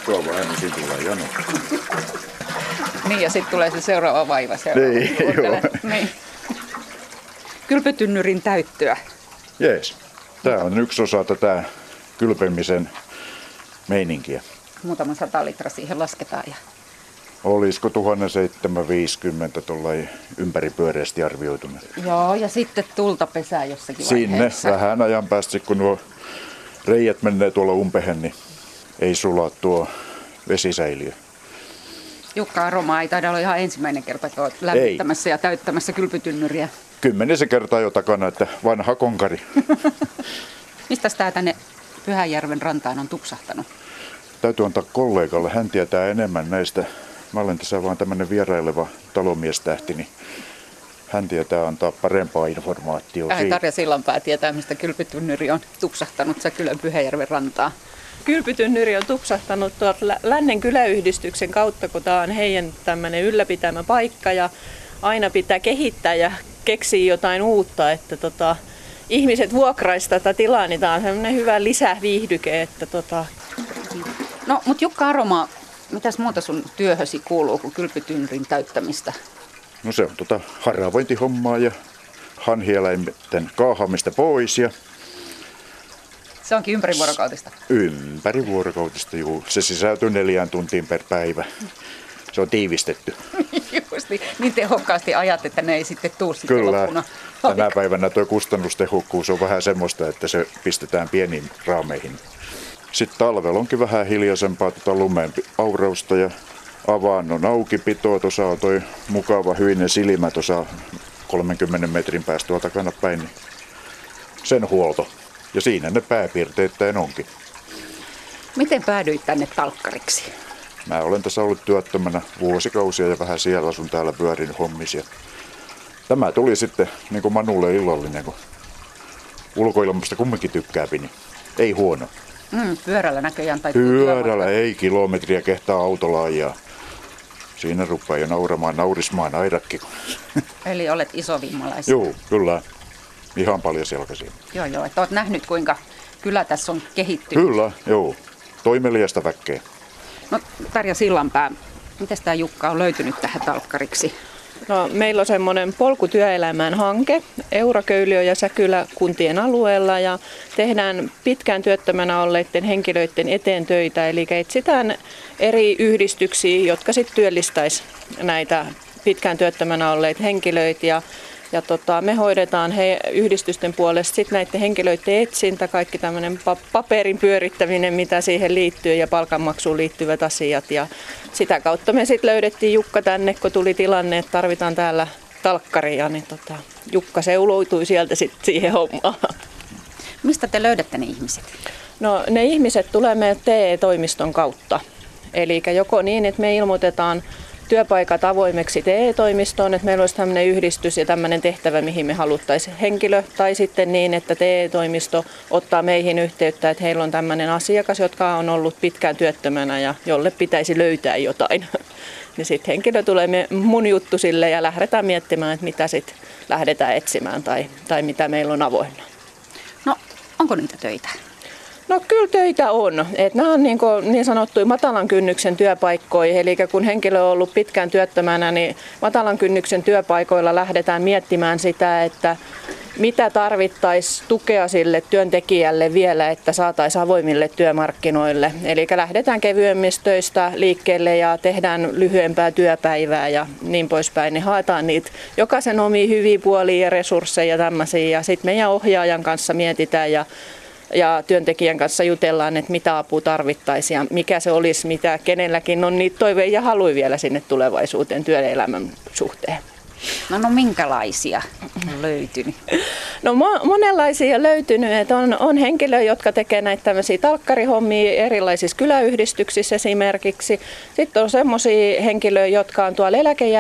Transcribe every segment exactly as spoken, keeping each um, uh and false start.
Tuo vähän, niin siinä tulee jano. Niin, ja sitten tulee se seuraava vaiva. Seuraava. Niin, joo. Niin. Kylpytynnyrin täyttöä. Jees. Tämä on yksi osa tätä kylpemisen meininkiä. Muutama sata litra siihen lasketaan. Ja... Olisiko tuhatseitsemänsataaviisikymmentä tuollain ympäripyöreästi arvioituna? Joo, ja sitten tultapesää jossakin Sinne vaiheessa. vähän ajan päästä, kun nuo reijät menee tuolla umpehen, niin ei sulaa tuo vesisäiliö. Jukka Aromaa ei taida olla ihan ensimmäinen kerta, kun olet lämmittämässä ei. ja täyttämässä kylpytynnyriä. Kymmenisen kertaa jo takana, että vanha konkari. Mistäs tää tänne Pyhäjärven rantaan on tupsahtanut? Täytyy antaa kollegalle, hän tietää enemmän näistä. Mä olen tässä vaan tämmönen vieraileva talomiestähti, niin hän tietää antaa parempaa informaatiota. Äh, Tarja Sillanpää tietää, mistä kylpytynnyri on tupsahtanut Säkylän Pyhäjärven rantaan. Kylpytynnyri on tupsahtanut tuolta Lännen kyläyhdistyksen kautta, kun tämä on heidän tämmöinen ylläpitämä paikka ja aina pitää kehittää ja keksiä jotain uutta, että tota, ihmiset vuokraisi tätä tilaa, niin tämä on semmoinen hyvä lisäviihdyke. Että tota... No, mutta Jukka Aromaa, mitäs muuta sun työhösi kuuluu kuin kylpytynnyrin täyttämistä? No se on tota haravointihommaa ja hanhieläinten kaahamista pois ja Se onkin ympärivuorokautista. Ympärivuorokautista, juu. Se sisältyy neljään tuntiin per päivä. Se on tiivistetty. Just niin, niin tehokkaasti ajat, että ne ei sitten tuu sitten Kyllä. loppuna. Tänä päivänä tuo kustannustehokkuus on vähän semmoista, että se pistetään pieniin raameihin. Sitten talvella onkin vähän hiljaisempaa tuota lumeen aurausta ja avannon aukipitoa. Tuossa on toi mukava hyinen silmä tuossa kolmenkymmenen metrin päästä tuolta takana päin. Niin sen huolto. Ja siinä ne pääpiirteittäin onkin. Miten päädyit tänne talkkariksi? Mä olen tässä ollut työttömänä vuosikausia ja vähän siellä sun täällä pyörin hommisia. Tämä tuli sitten niin kuin Manulle illallinen, kun ulkoilmasta kumminkin tykkääpi, niin ei huono. Mm, pyörällä näköjään tai Pyörällä ei kilometriä kehtaa autolla ajaa. Siinä rupeaa jo nauramaan, naurismaan aidatkin. Eli olet isovimmalaisia. Joo, kyllä. Ihan paljon selkäisiä. Joo, joo. Että olet nähnyt, kuinka kylä tässä on kehittynyt. Kyllä, joo. Toimeliasta väkkeä. No, Tarja Sillanpää, miten tämä Jukka on löytynyt tähän talkkariksi? No, meillä on semmoinen polku työelämään hanke Euraköiliö ja Säkylä kuntien alueella ja tehdään pitkään työttömänä olleiden henkilöiden eteen töitä. Eli etsitään eri yhdistyksiä, jotka sitten työllistäisi näitä pitkään työttömänä olleita henkilöitä. Ja Ja tota, me hoidetaan he, yhdistysten puolesta sit näiden henkilöiden etsintä, kaikki tämmöinen paperin pyörittäminen, mitä siihen liittyy ja palkanmaksuun liittyvät asiat. Ja sitä kautta me sitten löydettiin Jukka tänne, kun tuli tilanne, että tarvitaan täällä talkkaria, niin tota, Jukka seuloutui sieltä sitten siihen hommaan. Mistä te löydätte ne ihmiset? No ne ihmiset tulee meidän T E-toimiston kautta. Eli joko niin, että me ilmoitetaan työpaikat avoimeksi T E-toimistoon, että meillä olisi tämmöinen yhdistys ja tämmöinen tehtävä, mihin me haluttaisiin henkilö. Tai sitten niin, että T E-toimisto ottaa meihin yhteyttä, että heillä on tämmöinen asiakas, joka on ollut pitkään työttömänä ja jolle pitäisi löytää jotain. Niin sitten henkilö tulee mun juttu sille ja lähdetään miettimään, että mitä sitten lähdetään etsimään tai, tai mitä meillä on avoinna. No, onko niitä töitä? No kyllä töitä on. Et nämä on niin, niin sanottuja matalan kynnyksen työpaikkoja, eli kun henkilö on ollut pitkään työttömänä, niin matalan kynnyksen työpaikoilla lähdetään miettimään sitä, että mitä tarvittaisiin tukea sille työntekijälle vielä, että saataisiin avoimille työmarkkinoille. Eli lähdetään kevyemmistä töistä liikkeelle ja tehdään lyhyempää työpäivää ja niin poispäin. Niin haetaan niitä jokaisen omia hyviä puolia ja resursseja ja tämmöisiä ja sitten meidän ohjaajan kanssa mietitään ja Ja työntekijän kanssa jutellaan, että mitä apua tarvittaisiin ja mikä se olisi, mitä kenelläkin on niitä toiveja ja haluja vielä sinne tulevaisuuteen työelämän suhteen. No, no minkälaisia on löytynyt? No monenlaisia on löytynyt. Että on, on henkilöitä, jotka tekee näitä tämmöisiä talkkarihommia erilaisissa kyläyhdistyksissä esimerkiksi. Sitten on semmoisia henkilöitä, jotka on tuolla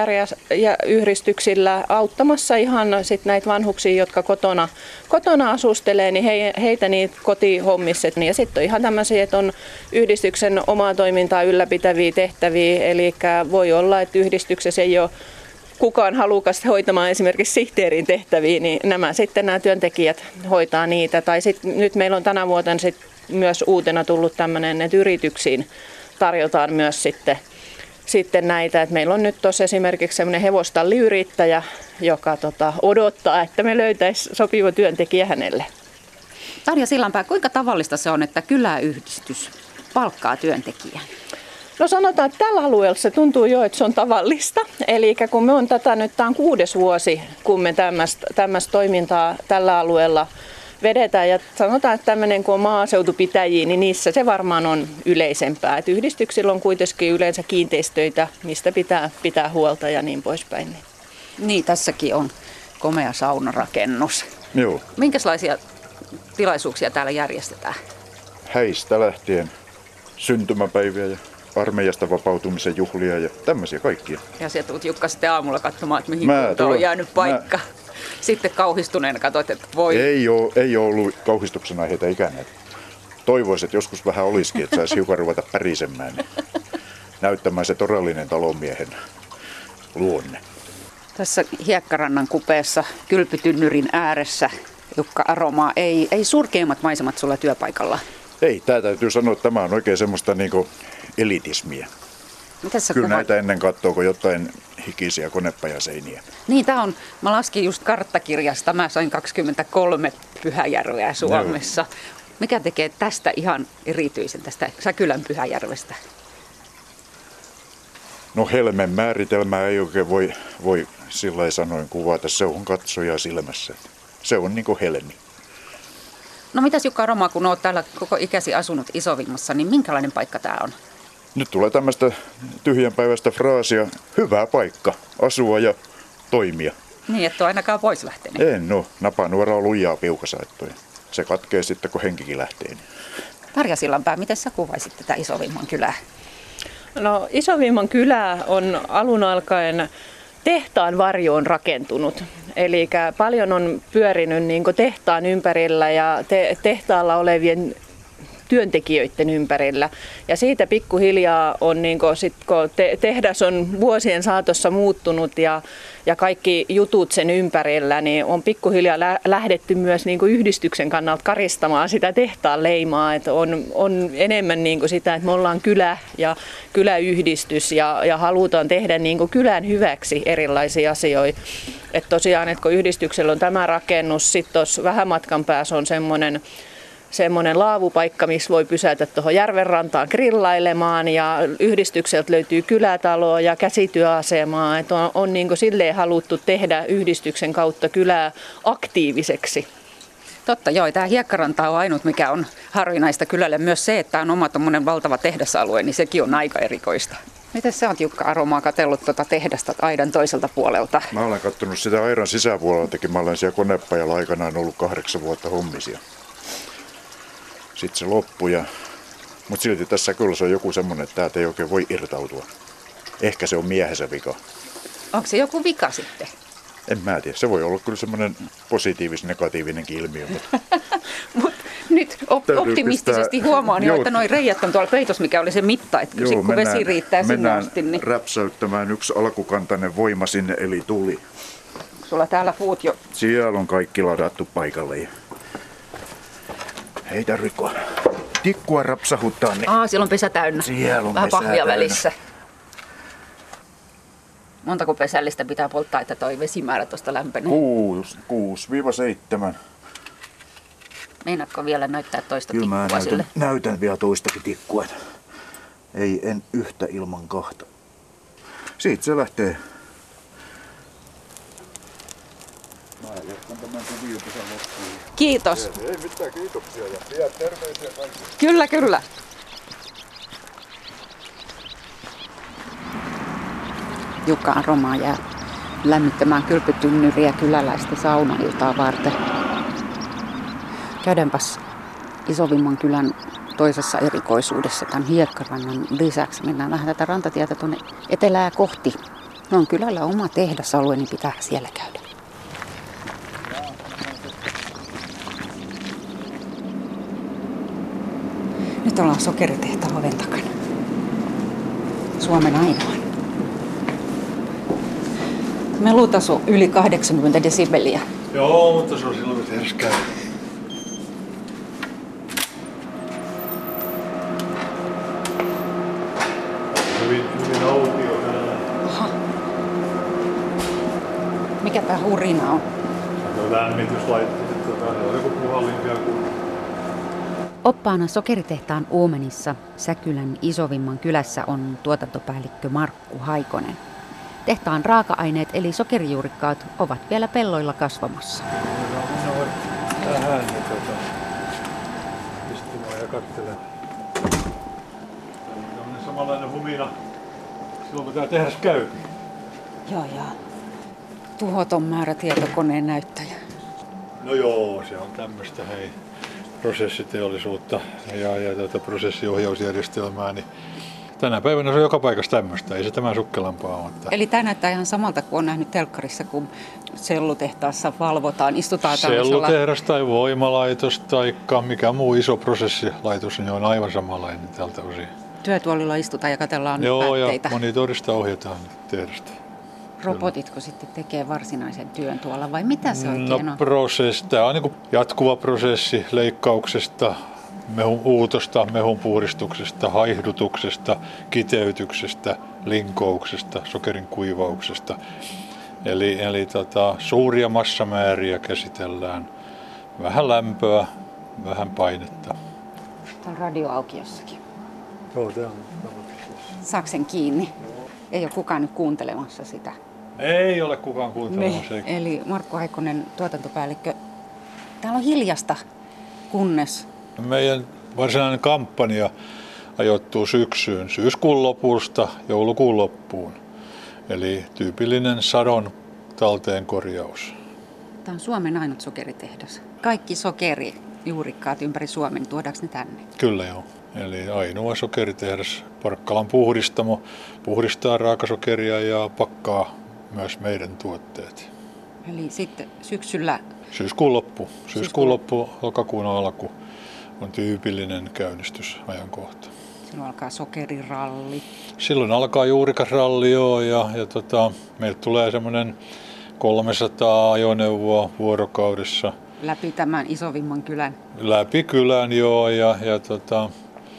eläkejärjestyksillä auttamassa ihan sit näitä vanhuksia, jotka kotona, kotona asustelee, niin he, heitä niitä kotihommissa. Ja sitten on ihan tämmöisiä, että on yhdistyksen omaa toimintaa ylläpitäviä tehtäviä. Eli voi olla, että yhdistyksessä ei ole kukaan halukas hoitamaan esimerkiksi sihteerin tehtäviä, niin nämä sitten nämä työntekijät hoitaa niitä. Tai sitten nyt meillä on tänä vuotena sit myös uutena tullut tämmöinen, että yrityksiin tarjotaan myös sitten, sitten näitä. Et meillä on nyt tuossa esimerkiksi semmoinen hevostalliyrittäjä, joka tota, odottaa, että me löytäisi sopiva työntekijä hänelle. Tarja Sillanpää, kuinka tavallista se on, että kyläyhdistys palkkaa työntekijän? No sanotaan, että tällä alueella se tuntuu jo, että se on tavallista. Eli kun me on tätä nyt, tämä on kuudes vuosi, kun me tämmöistä toimintaa tällä alueella vedetään. Ja sanotaan, että tämmöinen kun on maaseutupitäjiä, niin niissä se varmaan on yleisempää. Että yhdistyksillä on kuitenkin yleensä kiinteistöitä, mistä pitää pitää huolta ja niin poispäin. Niin, tässäkin on komea saunarakennus. Joo. Minkälaisia tilaisuuksia täällä järjestetään? Häistä lähtien syntymäpäiviä ja armeijasta vapautumisen juhlia ja tämmöisiä kaikkia. Ja sä tulet Jukka sitten aamulla katsomaan, että mihin Mä on jäänyt paikka. Mä... Sitten kauhistuneena katsoit, että voi. Ei ole, ei ole ollut kauhistuksen aiheita ikänä. Toivoisin, että joskus vähän olisikin, että saisi hiukan ruveta pärisemään. Näyttämään se todellinen talonmiehen luonne. Tässä Hiekkarannan kupeessa kylpytynnyrin ääressä, Jukka Aromaa, ei, ei surkeimmat maisemat sulla työpaikalla. Ei, tää täytyy sanoa, että tämä on oikein semmoista niinku elitismiä. Mitäs sä Kyllä kuva... näitä ennen katsoako jotain hikisiä konepajaseiniä. Niin, tää on, mä laskin just karttakirjasta, mä sain kaksikymmentäkolme Pyhäjärveä Suomessa. No. Mikä tekee tästä ihan erityisen, tästä Säkylän Pyhäjärvestä? No helmen määritelmää ei oikein voi, voi sillä lailla sanoin kuvata, se on katsoja silmässä. Se on niinku helmi. No mitäs Jukka Aromaa, kun oot täällä koko ikäsi asunut Isovimmassa, niin minkälainen paikka tää on? Nyt tulee tämmöistä tyhjänpäiväistä fraasia, hyvä paikka asua ja toimia. Niin, et ole ainakaan pois lähtenyt. En no, napanuora on lujaa piukasaettoja. Se katkee sitten, kun henkikin lähtee. Tarja Sillanpää, miten sä kuvaisit tätä Isovimman kylää? No Isovimman kylä on alun alkaen tehtaan varjoon rakentunut. Eli paljon on pyörinyt niin kuin tehtaan ympärillä ja te- tehtaalla olevien työntekijöiden ympärillä. Ja siitä pikkuhiljaa on, niin kuin, sit, kun te- tehdas on vuosien saatossa muuttunut ja, ja kaikki jutut sen ympärillä, niin on pikkuhiljaa lä- lähdetty myös niin kuin yhdistyksen kannalta karistamaan sitä tehtaan leimaa. Että on, on enemmän niin kuin sitä, että me ollaan kylä ja kyläyhdistys ja, ja halutaan tehdä niin kuin kylän hyväksi erilaisia asioita. Että tosiaan, että kun yhdistyksellä on tämä rakennus, sitten tuossa vähän matkan päässä on semmoinen semmoinen laavupaikka, missä voi pysäytä tuohon järvenrantaan grillailemaan ja yhdistykseltä löytyy kylätalo ja käsityöasemaa. Että on, on niin kuin silleen haluttu tehdä yhdistyksen kautta kylää aktiiviseksi. Totta, joo. Tämä Hiekkaranta on ainut, mikä on harvinaista kylälle. Myös se, että on oma tommonen valtava tehdasalue, niin sekin on aika erikoista. Miten sä oot, Jukka Aromaa, katsellut tuota tehdasta aidan toiselta puolelta? Mä olen katsonut sitä aidan sisäpuoleltakin. Mä olen siellä konepajalla aikanaan ollut kahdeksan vuotta hommisia. Sitten se loppui, ja... mutta silti tässä kyllä se on joku semmoinen, että täältä ei oikein voi irtautua. Ehkä se on miehensä vika. Onko se joku vika sitten? En mä tiedä. Se voi olla kyllä semmoinen positiivis-negatiivinenkin ilmiö. Mutta Mut nyt op- optimistisesti pistää... huomaan jo, että noi reijät on tuolla peitossa, mikä oli se mitta, että kyllä kun vesi riittää sinne asti. Niin... räpsäyttämään yksi alkukantainen voima sinne, eli tuli. Sulla täällä puut jo... Siellä on kaikki ladattu paikalle. Ei tarvitse tikkua rapsahuttaa. Niin... Aa, siellä on pesä täynnä. Siellä on vähän pesä pahvia täynnä. Välissä. Montako pesällistä pitää polttaa, että toi vesimäärä tuosta lämpenee? Kuusi, kuusi viiva seitsemän. Meinaatko vielä näyttää toista Kyllä tikkua näytän, sille? näytän vielä toistakin tikkua. Ei en yhtä ilman kahta. Siitä se lähtee. Kiitos. Ei, ei mitään, kiitoksia ja vie terveisiä kaikille. Kyllä, kyllä. Jukka Aromaa jää lämmittämään kylpytynnyriä kyläläistä saunailtaa varten. Käydäänpäs Isovimman kylän toisessa erikoisuudessa tämän Hiekkarannan lisäksi. Mennään vähän tätä rantatietä tuonne etelää kohti. No on kylällä oma tehdasalue, niin pitää siellä käydä. Nyt ollaan sokeritehtaan oven takana. Suomen ainoa. Melutaso yli kahdeksankymmentä desibeliä. Joo, mutta se on silloin nyt herskää. tää hurina on? Se on lämmityslaitteet, tota, ne on joku puhallin käy kun... Oppaana sokeritehtaan Uumenissa Säkylän Isovimman kylässä on tuotantopäällikkö Markku Haikonen. Tehtaan raaka-aineet eli sokerijuurikkaat ovat vielä pelloilla kasvamassa. Tähän ja tota, istumaan ja katselemaan. Tällainen samanlainen humina silloin kun tää tehdas käytiin. Joo, joo. Tuhoton määrä tietokoneen näyttöjä. No joo, se on tämmöistä hei, prosessiteollisuutta ja, ja tuota, prosessiohjausjärjestelmää. Niin tänä päivänä se on joka paikassa tämmöistä, ei se tämän sukkelampaa ole. Eli tämä näyttää ihan samalta kuin on nähnyt telkkarissa, kun sellutehtaassa valvotaan, istutaan tällaisella... Sellutehdas tai voimalaitos tai mikä muu iso prosessilaitos, niin on aivan samanlainen tältä osin. Työtuolilla istutaan ja katsellaan Joo, päätteitä. Ja monitorista ohjataan tehdasta. Robotitko sitten tekee varsinaisen työn tuolla vai mitä se oikein no, on? Prosessi. Tämä on niin kuin jatkuva prosessi leikkauksesta, mehun uutosta, mehun puhdistuksesta, haihdutuksesta, kiteytyksestä, linkouksesta, sokerin kuivauksesta. Eli, eli tota, suuria massamääriä käsitellään, vähän lämpöä, vähän painetta. Tämä on radioaukiosssakin. Joo, tämä on. Saako sen kiinni? Ei ole kukaan nyt kuuntelemassa sitä. Ei ole kukaan kuuntelemassa. Ne. Eli Markku Haikonen, tuotantopäällikkö. Täällä on hiljasta, kunnes... Meidän varsinainen kampanja ajoittuu syksyyn, syyskuun lopusta joulukuun loppuun. Eli tyypillinen sadon talteenkorjaus. Tämä on Suomen ainut sokeritehdas. Kaikki sokerijuurikkaat ympäri Suomen, tuodaanko ne tänne? Kyllä joo. Eli ainoa sokeritehdas, Porkkalan puhdistamo, puhdistaa raakasokeria ja pakkaa myös meidän tuotteet. Eli sitten syksyllä... Syyskuun loppu, syyskuun loppu, lokakuun alku on tyypillinen käynnistysajankohta. Silloin alkaa sokeriralli. Silloin alkaa juurikasralli joo, ja, ja tota, meiltä tulee semmoinen kolmesataa ajoneuvoa vuorokaudessa. Läpi tämän Isovimman kylän. Läpi kylän joo, ja, ja tota,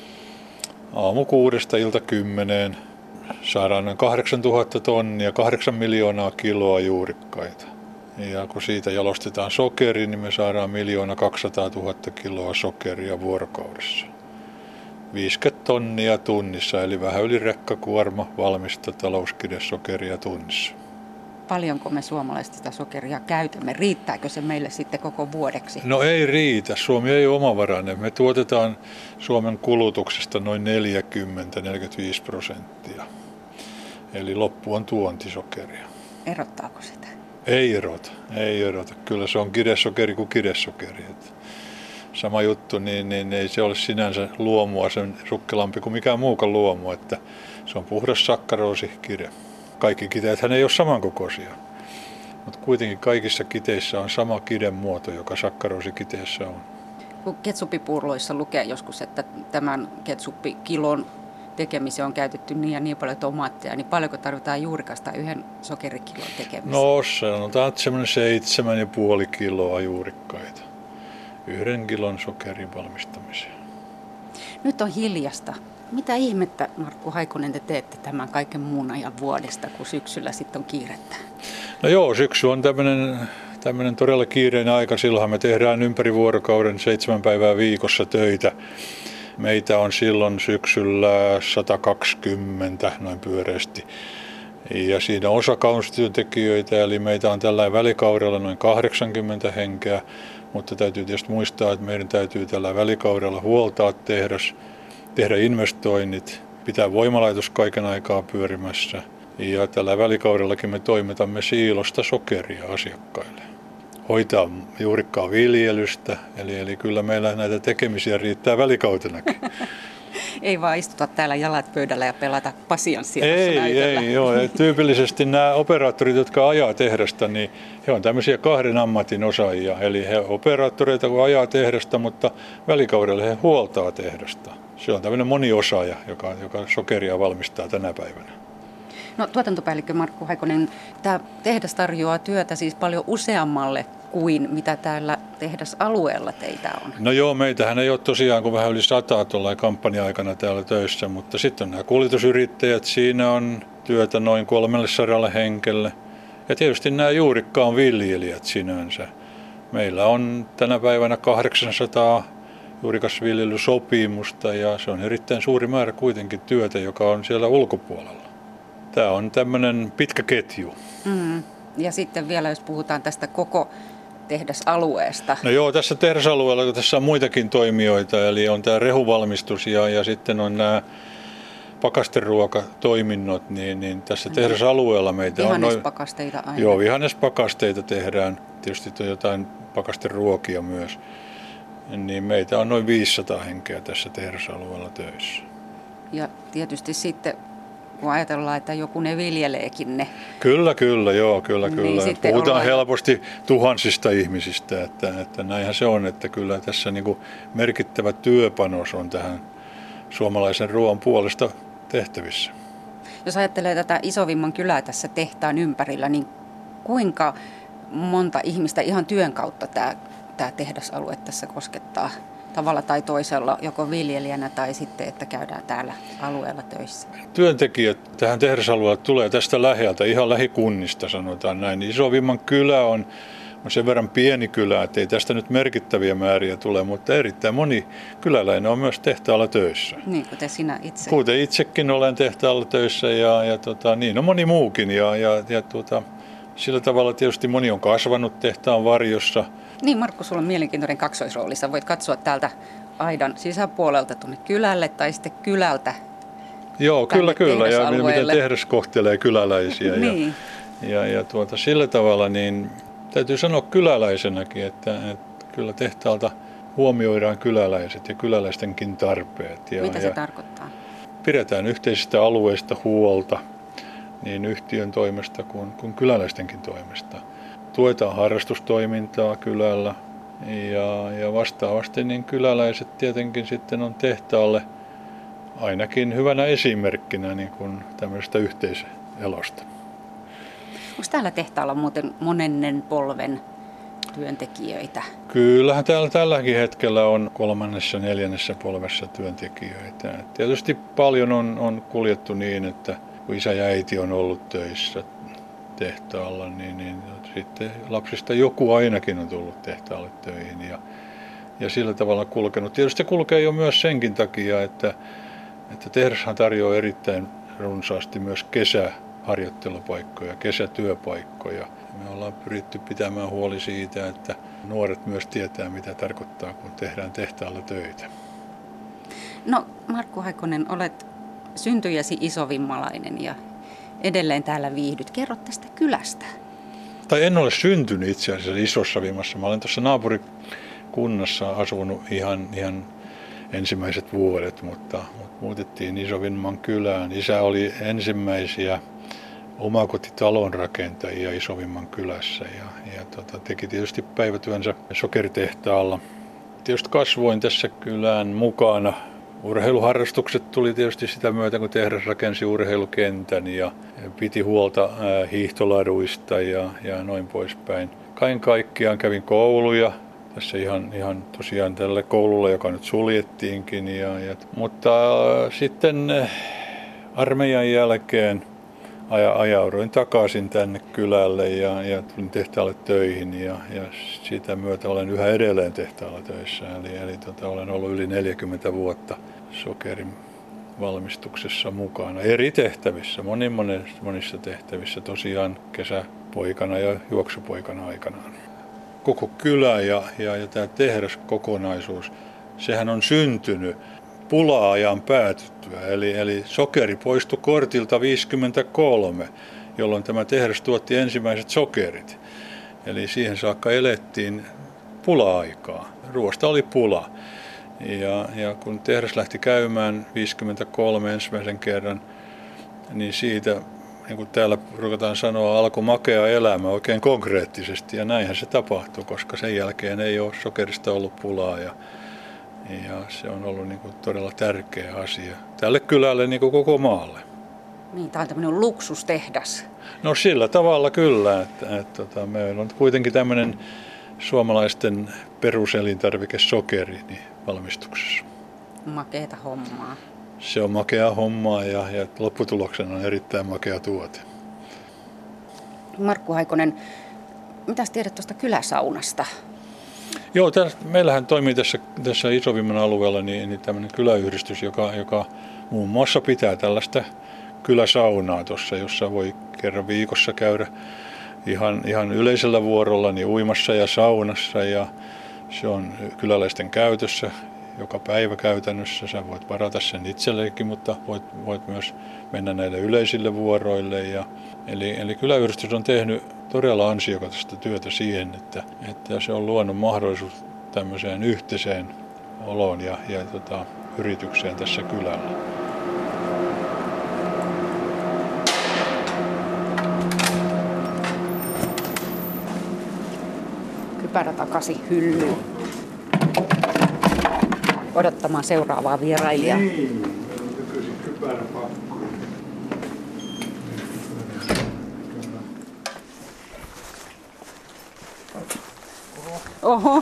aamu kuudesta ilta kymmeneen saadaan noin kahdeksantuhatta tonnia, kahdeksan miljoonaa kiloa juurikkaita. Ja kun siitä jalostetaan sokeri, niin me saadaan miljoona kaksisataatuhatta kiloa sokeria vuorokaudessa. viisikymmentä tonnia tunnissa, eli vähän yli rekkakuorma valmista talouskidesokeria tunnissa. Paljonko me suomalaiset sitä sokeria käytämme? Riittääkö se meille sitten koko vuodeksi? No ei riitä. Suomi ei ole omavarainen. Me tuotetaan Suomen kulutuksesta noin neljäkymmentä neljäkymmentäviisi prosenttia. Eli loppu on tuontisokeria. Erottaako sitä? Ei erota. Ei erota. Kyllä se on kidesokeri kuin kidesokeri. Sama juttu, niin, niin ei se ole sinänsä luomua sen sukkelampi kuin mikään muukaan luomu. Että se on puhdas sakkaroosikide. Kaikki kiteethän ei ole samankokoisia, mutta kuitenkin kaikissa kiteissä on sama kiden muoto, joka sakkaroosikiteessä on. Kun ketsuppipurloissa lukee joskus, että tämän ketsuppikilon tekemiseen on käytetty niin ja niin paljon tomaatteja, niin paljonko tarvitaan juurikasta yhden sokerikilon tekemiseen? No sanotaan, että semmoinen seitsemän ja puoli kiloa juurikkaita yhden kilon sokerin valmistamiseen. Nyt on hiljasta. Mitä ihmettä, Markku Haikonen, te teette tämän kaiken muun ajan vuodesta, kun syksyllä sitten on kiirettä? No joo, syksy on tämmöinen, tämmöinen todella kiireinen aika. Silloin me tehdään ympäri vuorokauden seitsemän päivää viikossa töitä. Meitä on silloin syksyllä sata kaksikymmentä noin pyöreästi. Ja siinä osa kausityöntekijöitä, eli meitä on tällä välikaudella noin kahdeksankymmentä henkeä. Mutta täytyy tietysti muistaa, että meidän täytyy tällä välikaudella huoltaa tehdas, tehdä investoinnit, pitää voimalaitos kaiken aikaa pyörimässä. Ja tällä välikaudellakin me toimitamme siilosta sokeria asiakkaille. Hoitaa juurikkaan viljelystä, eli, eli kyllä meillä näitä tekemisiä riittää välikautenakin. Ei vaan istuta täällä jalat pöydällä ja pelata pasianssia Ei, näytöllä. ei, joo. Tyypillisesti nämä operaattorit, jotka ajaa tehdasta, niin he on tämmöisiä kahden ammatin osaajia. Eli he operaattoreita, kun ajaa tehdasta, mutta välikaudella he huoltaa tehdasta. Se on tämmöinen moniosaaja, joka, joka sokeria valmistaa tänä päivänä. No tuotantopäällikkö Markku Haikonen, tämä tehdas tarjoaa työtä siis paljon useammalle kuin mitä täällä tehdasalueella teitä on. No joo, meitähän ei ole tosiaan kuin vähän yli sataa tuolla kampanja-aikana täällä töissä, mutta sitten on nämä kuljetusyrittäjät, siinä on työtä noin kolmelle sadalle henkelle. Ja tietysti nämä juurikkaan viljelijät sinänsä. Meillä on tänä päivänä kahdeksansataa juurikasviljelysopimusta ja se on erittäin suuri määrä kuitenkin työtä, joka on siellä ulkopuolella. Tämä on tämmöinen pitkä ketju. Mm. Ja sitten vielä, jos puhutaan tästä koko tehdasalueesta. No joo, tässä tehdasalueella tässä on muitakin toimijoita, eli on tämä rehuvalmistus ja, ja sitten on nämä pakasteruokatoiminnot, niin, niin tässä tehdasalueella meitä on noin... Vihannespakasteita aina. Joo, vihannespakasteita tehdään. Tietysti on jotain pakasteruokia myös. Niin meitä on noin viisisataa henkeä tässä tehdasalueella töissä. Ja tietysti sitten, kun ajatellaan, että joku ne viljeleekin ne. Kyllä, kyllä, joo, kyllä, Niin kyllä. sitten Puhutaan ollaan... helposti tuhansista ihmisistä, että, että näinhän se on, että kyllä tässä niin kuin merkittävä työpanos on tähän suomalaisen ruoan puolesta tehtävissä. Jos ajattelee tätä Isovimman kylää tässä tehtaan ympärillä, niin kuinka monta ihmistä ihan työn kautta tämä, tämä tehdasalue tässä koskettaa tavalla tai toisella, joko viljelijänä tai sitten, että käydään täällä alueella töissä? Työntekijät tähän tehdasalueelle tulee tästä läheltä, ihan lähikunnista sanotaan näin. Isovimman kylä on, on sen verran pieni kylä, että ei tästä nyt merkittäviä määriä tule, mutta erittäin moni kyläläinen on myös tehtaalla töissä. Niin, kuten sinä itse. Kuten itsekin olen tehtaalla töissä ja, ja tota, niin on moni muukin ja, ja, ja tota, sillä tavalla tietysti moni on kasvanut tehtaan varjossa. Niin, Markku, sulla on mielenkiintoinen kaksoisrooli. Sä voit katsoa täältä aidan sisäpuolelta tuonne kylälle tai sitten kylältä. Joo, kyllä, kyllä. Ja miten tehdas kohtelee kyläläisiä. Niin. Ja, ja, ja tuota, sillä tavalla niin täytyy sanoa kyläläisenäkin, että, että kyllä tehtaalta huomioidaan kyläläiset ja kyläläistenkin tarpeet. Ja, Mitä se ja tarkoittaa? Pidetään yhteisistä alueista huolta niin yhtiön toimesta kuin, kuin kyläläistenkin toimesta. Tuetaan harrastustoimintaa kylällä ja, ja vastaavasti niin kyläläiset tietenkin sitten on tehtaalle ainakin hyvänä esimerkkinä niin kuin tämmöisestä yhteiselosta. Onko täällä tehtaalla muuten monennen polven työntekijöitä? Kyllähän täällä tälläkin hetkellä on kolmannessa ja neljännessä polvessa työntekijöitä. Tietysti paljon on, on kuljettu niin, että kun isä ja äiti on ollut töissä tehtaalla, niin, niin sitten lapsista joku ainakin on tullut tehtaalle töihin ja, ja sillä tavalla kulkenut. Tietysti se kulkee jo myös senkin takia, että, että tehdashan tarjoaa erittäin runsaasti myös kesäharjoittelupaikkoja, kesätyöpaikkoja. Me ollaan pyritty pitämään huoli siitä, että nuoret myös tietää, mitä tarkoittaa, kun tehdään tehtaalla töitä. No, Markku Haikonen, olet syntyjäsi isovimmalainen ja edelleen täällä viihdyt. Kerro tästä kylästä. Tai en ole syntynyt itse asiassa Isossa Vimmassa. Mä olen tuossa naapurikunnassa asunut ihan, ihan ensimmäiset vuodet, mutta, mutta muutettiin Isovimman kylään. Isä oli ensimmäisiä omakotitalon rakentajia Isovimman kylässä ja, ja tota, teki tietysti päivätyönsä sokeritehtaalla. Tietysti kasvoin tässä kylän mukana. Urheiluharrastukset tuli tietysti sitä myötä, kun tehdas rakensi urheilukentän ja piti huolta hiihtoladuista ja, ja noin poispäin. Kaiken kaikkiaan kävin kouluja. Tässä ihan, ihan tosiaan tälle koululle, joka nyt suljettiinkin. Ja, ja, mutta sitten armeijan jälkeen ajauduin takaisin tänne kylälle ja, ja tulin tehtaalle töihin ja, ja sitä myötä olen yhä edelleen tehtaalla töissä. Eli, eli tota, olen ollut yli neljäkymmentä vuotta sokerin valmistuksessa mukana eri tehtävissä, monin, monissa, monissa tehtävissä, tosiaan kesäpoikana ja juoksupoikana aikanaan. Koko kylä ja, ja, ja tämä tehdaskokonaisuus, sehän on syntynyt pula-ajan päätyttyä, eli, eli sokeri poistui kortilta viisikymmentäkolme, jolloin tämä tehdas tuotti ensimmäiset sokerit. Eli siihen saakka elettiin pula-aikaa. Ruoasta oli pula. Ja, ja kun tehdas lähti käymään viisikymmentäkolme ensimmäisen kerran, niin siitä, niin kuin täällä ruvetaan sanoa, alkoi makea elämä oikein konkreettisesti. Ja näinhän se tapahtui, koska sen jälkeen ei ole sokerista ollut pulaa. Ja, Ja se on ollut niin kuin todella tärkeä asia tälle kylälle niin kuin koko maalle. Niin, tämä on tämmöinen luksustehdas. No sillä tavalla kyllä, että, että, että meillä on kuitenkin tämmöinen suomalaisten peruselintarvike sokeri niin valmistuksessa. Makeata hommaa. Se on makea hommaa ja, ja lopputuloksena on erittäin makea tuote. Markku Haikonen, mitäs tiedät tuosta kyläsaunasta? Joo, tässä, meillähän toimii tässä, tässä Isovimman alueella niin, niin tämmöinen kyläyhdistys, joka, joka muun muassa pitää tällaista kyläsaunaa tuossa, jossa voi kerran viikossa käydä ihan, ihan yleisellä vuorolla niin uimassa ja saunassa, ja se on kyläläisten käytössä joka päivä käytännössä. Sä voit varata sen itsellekin, mutta voit, voit myös mennä näille yleisille vuoroille. Ja, eli, eli kyläyhdistys on tehnyt todella ansiokasta työtä siihen, että, että se on luonut mahdollisuus tämmöiseen yhteiseen oloon ja, ja tota, yritykseen tässä kylällä. Kypärä takaisin hyllyyn. Odottamaan seuraavaa vierailijaa. Niin, nykyisin kypäräpakko. Oho.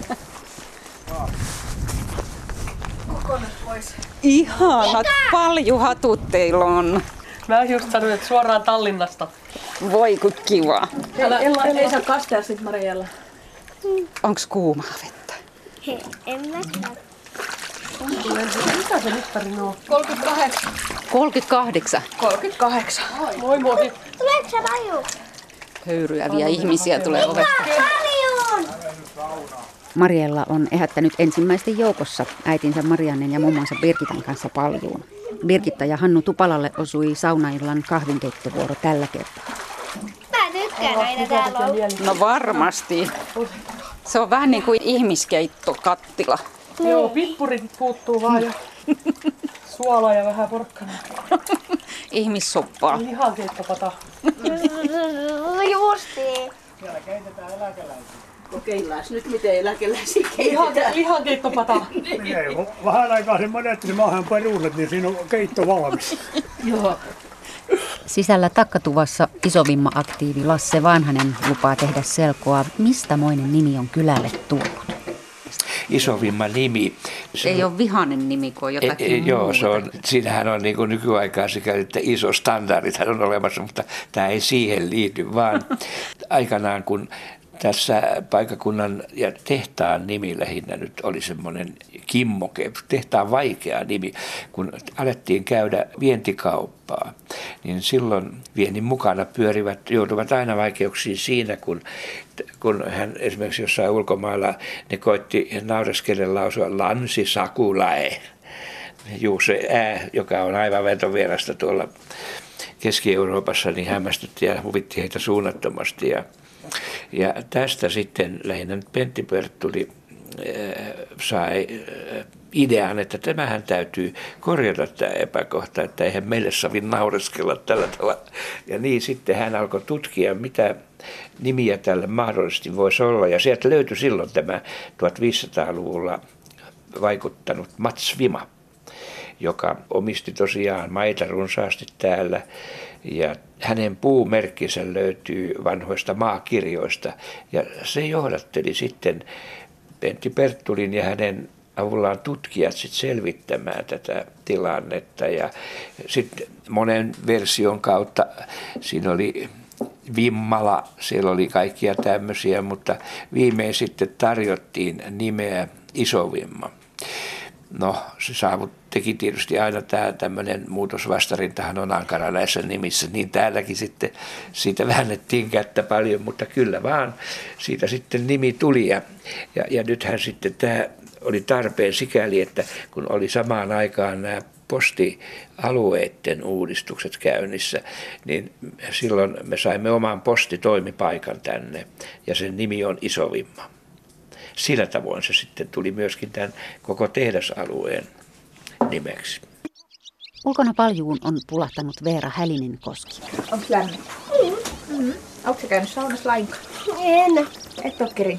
Ihanat paljuhatut teillä on. Mä just sanoin, että suoraan Tallinnasta. Voi kun kiva. Älä, älä, ei saa kastea sit Mariella. Onks kuumaa vettä? Hei, en mäkään. Mitä se mittari on? kolmekymmentäkahdeksan. kolmekymmentäkahdeksan. kolmekymmentäkahdeksan. Moi moi. Tuleeko se raju? Höyryäviä ihmisiä tulee ovesta. Paljon! Mariella on ehättänyt ensimmäisten joukossa äitinsä Mariannen ja mummonsa Birgitan kanssa paljuun. Birgitta ja Hannu Tupalalle osui saunaillan kahvinkeittovuoro tällä kertaa. Mä tykkään näitä täällä on. No varmasti. Se on vähän niin kuin ihmiskeittokattila. Joo, pippurit puuttuu vaan ja suolaa ja vähän porkkanaa. Ihmissoppaa. Ihan keittopata. Justiin. Kokeillaan nyt, miten eläkeläisiä Ihan, lihan keittopata. Ei, vähän aikaa semmoinen, että se maahan peruunet, niin siinä on keitto valmis. Joo. Sisällä takkatuvassa Isovimma-aktiivi Lasse Vanhanen lupaa tehdä selkoa, mistä moinen nimi on kylälle tullut. Isovimma nimi. Se ei ole vihainen nimi, kun on jotakin e, e, Joo, muuta. se on, siinähän on niin kuin nykyaikaa sikäli, että iso standardithan on olemassa, mutta tämä ei siihen liity, vaan aikanaan kun tässä paikakunnan ja tehtaan nimi lähinnä nyt oli semmoinen kimmoke, tehtaan vaikea nimi, kun alettiin käydä vientikauppaa, niin silloin viennin mukana pyörivät, joutuvat aina vaikeuksiin siinä, kun, kun hän esimerkiksi jossain ulkomailla, ne koitti naureskellen lausua lansi sakulae. Juu, se ää, joka on aivan ventovierasta tuolla Keski-Euroopassa, niin hämmästytti ja huvitti heitä suunnattomasti. Ja Ja tästä sitten lähinnä Pentti Perttuli sai idean, että tämähän täytyy korjata tämä epäkohta, että eihän meille sovi naureskella tällä tavalla. Ja niin sitten hän alkoi tutkia, mitä nimiä tälle mahdollisesti voisi olla. Ja sieltä löytyi silloin tämä tuhatviisisataaluvulla vaikuttanut Mats Vima, joka omisti tosiaan maita runsaasti täällä. Ja hänen puumerkkinsä löytyy vanhoista maakirjoista ja se johdatteli sitten Pentti Perttulin ja hänen avullaan tutkijat sit selvittämään tätä tilannetta ja sitten monen version kautta siinä oli Vimmala, siellä oli kaikkia tämmöisiä, mutta viimein sitten tarjottiin nimeä Isovimma. No, se saavut, teki tietysti aina tämä tämmöinen muutosvastarintahan on ankara näissä nimissä, niin täälläkin sitten siitä väännettiin kättä paljon, mutta kyllä vaan siitä sitten nimi tuli. Ja, ja, ja nythän sitten tämä oli tarpeen sikäli, että kun oli samaan aikaan nämä postialueiden uudistukset käynnissä, niin silloin me saimme oman postitoimipaikan tänne ja sen nimi on Isovimma. Sillä tavoin se sitten tuli myöskin tämän koko tehdasalueen nimeksi. Ulkona paljuun on pulahtanut Veera Hälinenkoski. Onko lämmin? Mm-hmm. Onko se käynyt saunassa lainkaan? En. Et ole kerin.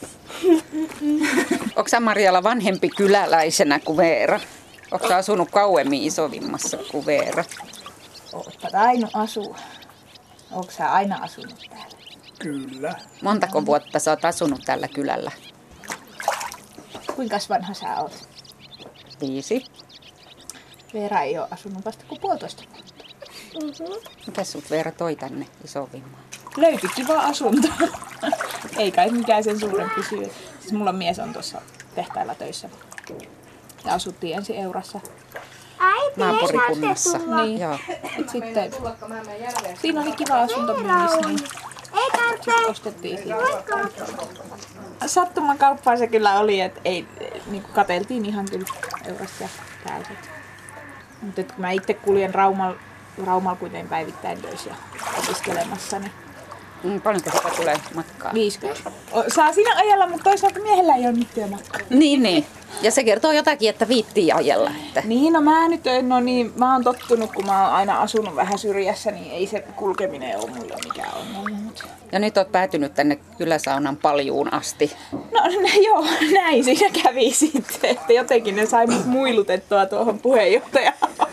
Onko sä Marjalla vanhempi kyläläisenä kuin Veera? Onko sä asunut kauemmin Isovimmassa kuin Veera? Ootpa aina asua. Onko sä aina asunut täällä? Kyllä. Montako vuotta sä oot asunut tällä kylällä? Kuinka vanha sä oot? Viisi. Veera ei ole asunut vasta kuin puolitoista vuotta. Mm-hmm. Mitä sut Veera toi tänne Isovimmaan? löytyi kiva asunto. Ei kai mikään sen suurempi syy. Siis mulla mies on tuossa tehtailla töissä. Ja asuttiin ensin Eurassa. Äiti, Naapurikunnassa. Niin. Joo. Et sitten siinä oli kiva asunto myynnissä, niin ei tarvitse. ostettiin siitä. Sattuman kauppaa se kyllä oli, että ei, niinku katseltiin ihan kyllä Eurasta ja täältä. Mutta kun mä itse kuljen Raumalla, Raumalla kuitenkin päivittäin töissä ja opiskelemassa, niin Mm, paljonko sitä tulee matkaa? viisikymmentä. O, saa siinä ajella, mutta toisaalta miehellä ei ole nyt työmatkaa. Niin, niin. Ja se kertoo jotakin, että viittii ajella. Että... Niin, no mä nyt no niin, mä oon tottunut, kun mä oon aina asunut vähän syrjässä, niin ei se kulkeminen ole mulla mikään ongelma. Ja nyt oot päätynyt tänne kyläsaunan paljuun asti. No, no joo, näin siinä kävi sitten, että jotenkin ne sai mut muilutettua tuohon puheenjohtajaan.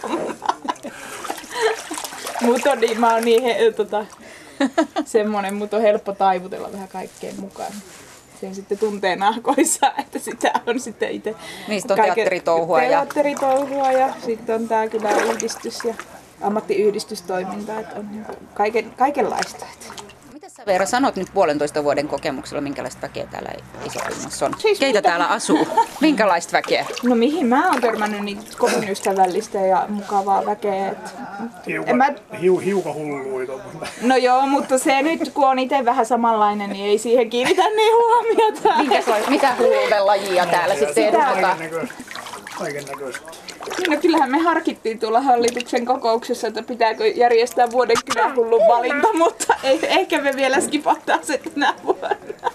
Mut on niin, mä oon niin he, tota, semmonen, mut on helppo taivutella vähän kaikkeen mukaan. Sen sitten tuntee nahkoissa, että sitä on sitten itse Niistä on teatteritouhua ja... teatteritouhua ja sitten on tää kyläyhdistys ja ammattiyhdistystoiminta, että on niinku kaiken, kaikenlaista. Mitä sä Veera sanot nyt puolentoista vuoden kokemuksella, minkälaista väkeä täällä Isokunnassa on? Siis Keitä mitä? täällä asuu? Minkälaista väkeä? No mihin mä oon törmännyt niin kovin ystävällistä ja mukavaa väkeä. Et... Hiukan, mä... hiu, hiukan hulluita. No joo, mutta se nyt kun on itse vähän samanlainen, niin ei siihen kiinnitä niin huomiota. Minkälaista, mitä hulluudelajia täällä sitten edustetaan? Kaiken näköistä. No kyllähän me harkittiin tuolla hallituksen kokouksessa, että pitääkö järjestää vuoden kylähullun valinta, mutta ei, ehkä me vielä skipahtaa se tänä vuonna.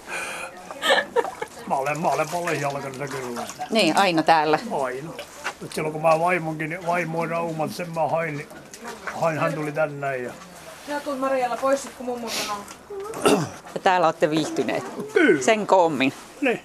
Mä olen, mä olen paljon jalkansa kyllä. Niin, aina täällä. Aina. Nyt silloin kun mä vaimonkin, niin vaimoin Rauman, sen mä hain, niin hain, hän tuli tänne ja... Sä tulet Marialla pois sit kun mummo sanoo. Ja täällä olette viihtyneet. Kyllä. Sen koommin. Niin.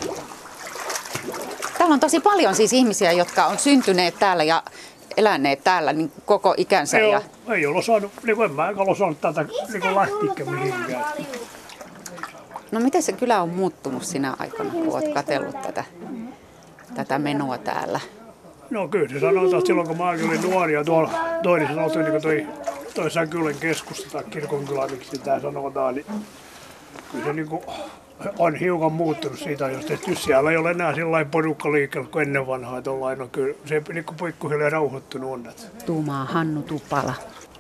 Täällä on tosi paljon siis ihmisiä, jotka on syntyneet täällä ja eläneet täällä niin koko ikänsä. Ei, Ja... ole, ei ole saanut, niin kuin en mä enkä ole saanut tätä niin lähtiikkä mihinkään. No miten se kylä on muuttunut sinä aikana, kun olet katsellut tätä, tätä menoa täällä? No kyllä se sanotaan, että silloin kun mä olin nuori ja tuolla toinen sanottiin, niin kuin toi, toi Säkylän keskusta tai kirkonkylä, miksi sitä sanotaan, niin kyllä se niin kuin on hiukan muuttunut siitä, jos tehty. Siellä ei ole enää sellainen porukka liikkeellä kuin ennen vanhaa, että ollaan, no kyllä se niin kuin pikkuhiljaa rauhoittunut on. Tuumaa Hannu Tupala.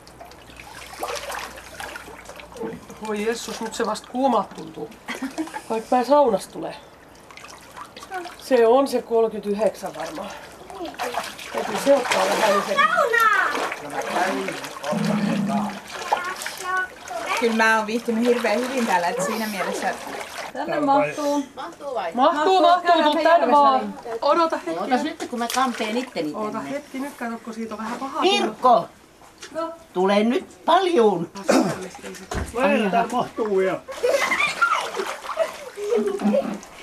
Voi Jessus, nyt se vasta kuumalta tuntuu. Vaikka mä saunasta tulee. Se on se kolmekymmentäyhdeksän varmaan. Täytyy se ottaa vähän sen. Kyllä mä oon viihtynyt hirveän hyvin täällä, että siinä mielessä... Tänne mahtuu. Mahtuu vai? Mahtuu, mahtuu, tuu tänne vaan. Odota hetki. Oota nyt, kun mä kampeen itteni Oota tänne. hetki, nyt kato, kun siitä on vähän pahaa. Pirkko! No. Tule nyt paljuun. Vähän tää mahtuu ja...